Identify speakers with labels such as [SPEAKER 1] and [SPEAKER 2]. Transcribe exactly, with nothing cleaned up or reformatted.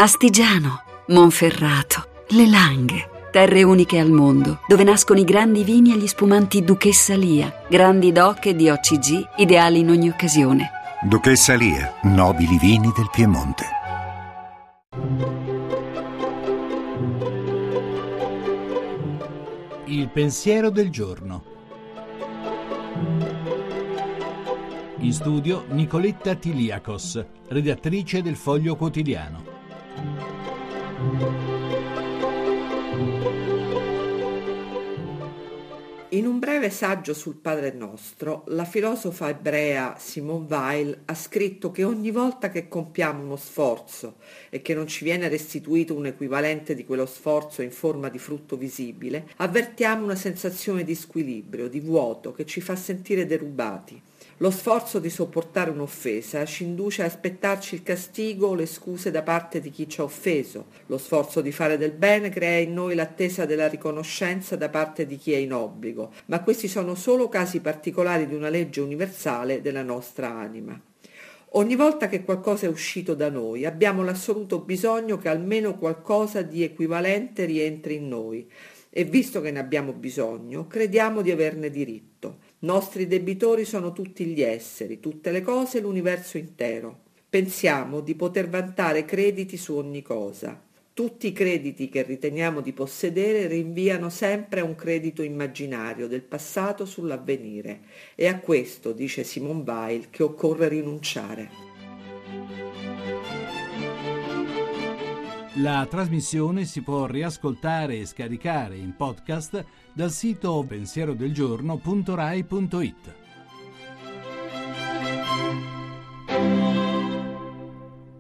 [SPEAKER 1] Astigiano, Monferrato, Le Langhe. Terre uniche al mondo, dove nascono i grandi vini e gli spumanti Duchessa Lia, grandi doc e D O C G, ideali in ogni occasione.
[SPEAKER 2] Duchessa Lia, nobili vini del Piemonte.
[SPEAKER 3] Il pensiero del giorno. In studio Nicoletta Tiliakos, redattrice del Foglio Quotidiano.
[SPEAKER 4] In un breve saggio sul Padre Nostro, la filosofa ebrea Simone Weil ha scritto che ogni volta che compiamo uno sforzo e che non ci viene restituito un equivalente di quello sforzo in forma di frutto visibile, avvertiamo una sensazione di squilibrio, di vuoto che ci fa sentire derubati. Lo sforzo di sopportare un'offesa ci induce a aspettarci il castigo o le scuse da parte di chi ci ha offeso. Lo sforzo di fare del bene crea in noi l'attesa della riconoscenza da parte di chi è in obbligo, ma questi sono solo casi particolari di una legge universale della nostra anima. Ogni volta che qualcosa è uscito da noi, abbiamo l'assoluto bisogno che almeno qualcosa di equivalente rientri in noi. E visto che ne abbiamo bisogno, crediamo di averne diritto. Nostri debitori sono tutti gli esseri, tutte le cose e l'universo intero. Pensiamo di poter vantare crediti su ogni cosa. Tutti i crediti che riteniamo di possedere rinviano sempre a un credito immaginario del passato sull'avvenire. E a questo, dice Simone Weil, che occorre rinunciare.
[SPEAKER 3] La trasmissione si può riascoltare e scaricare in podcast dal sito pensierodelgiorno punto rai punto it.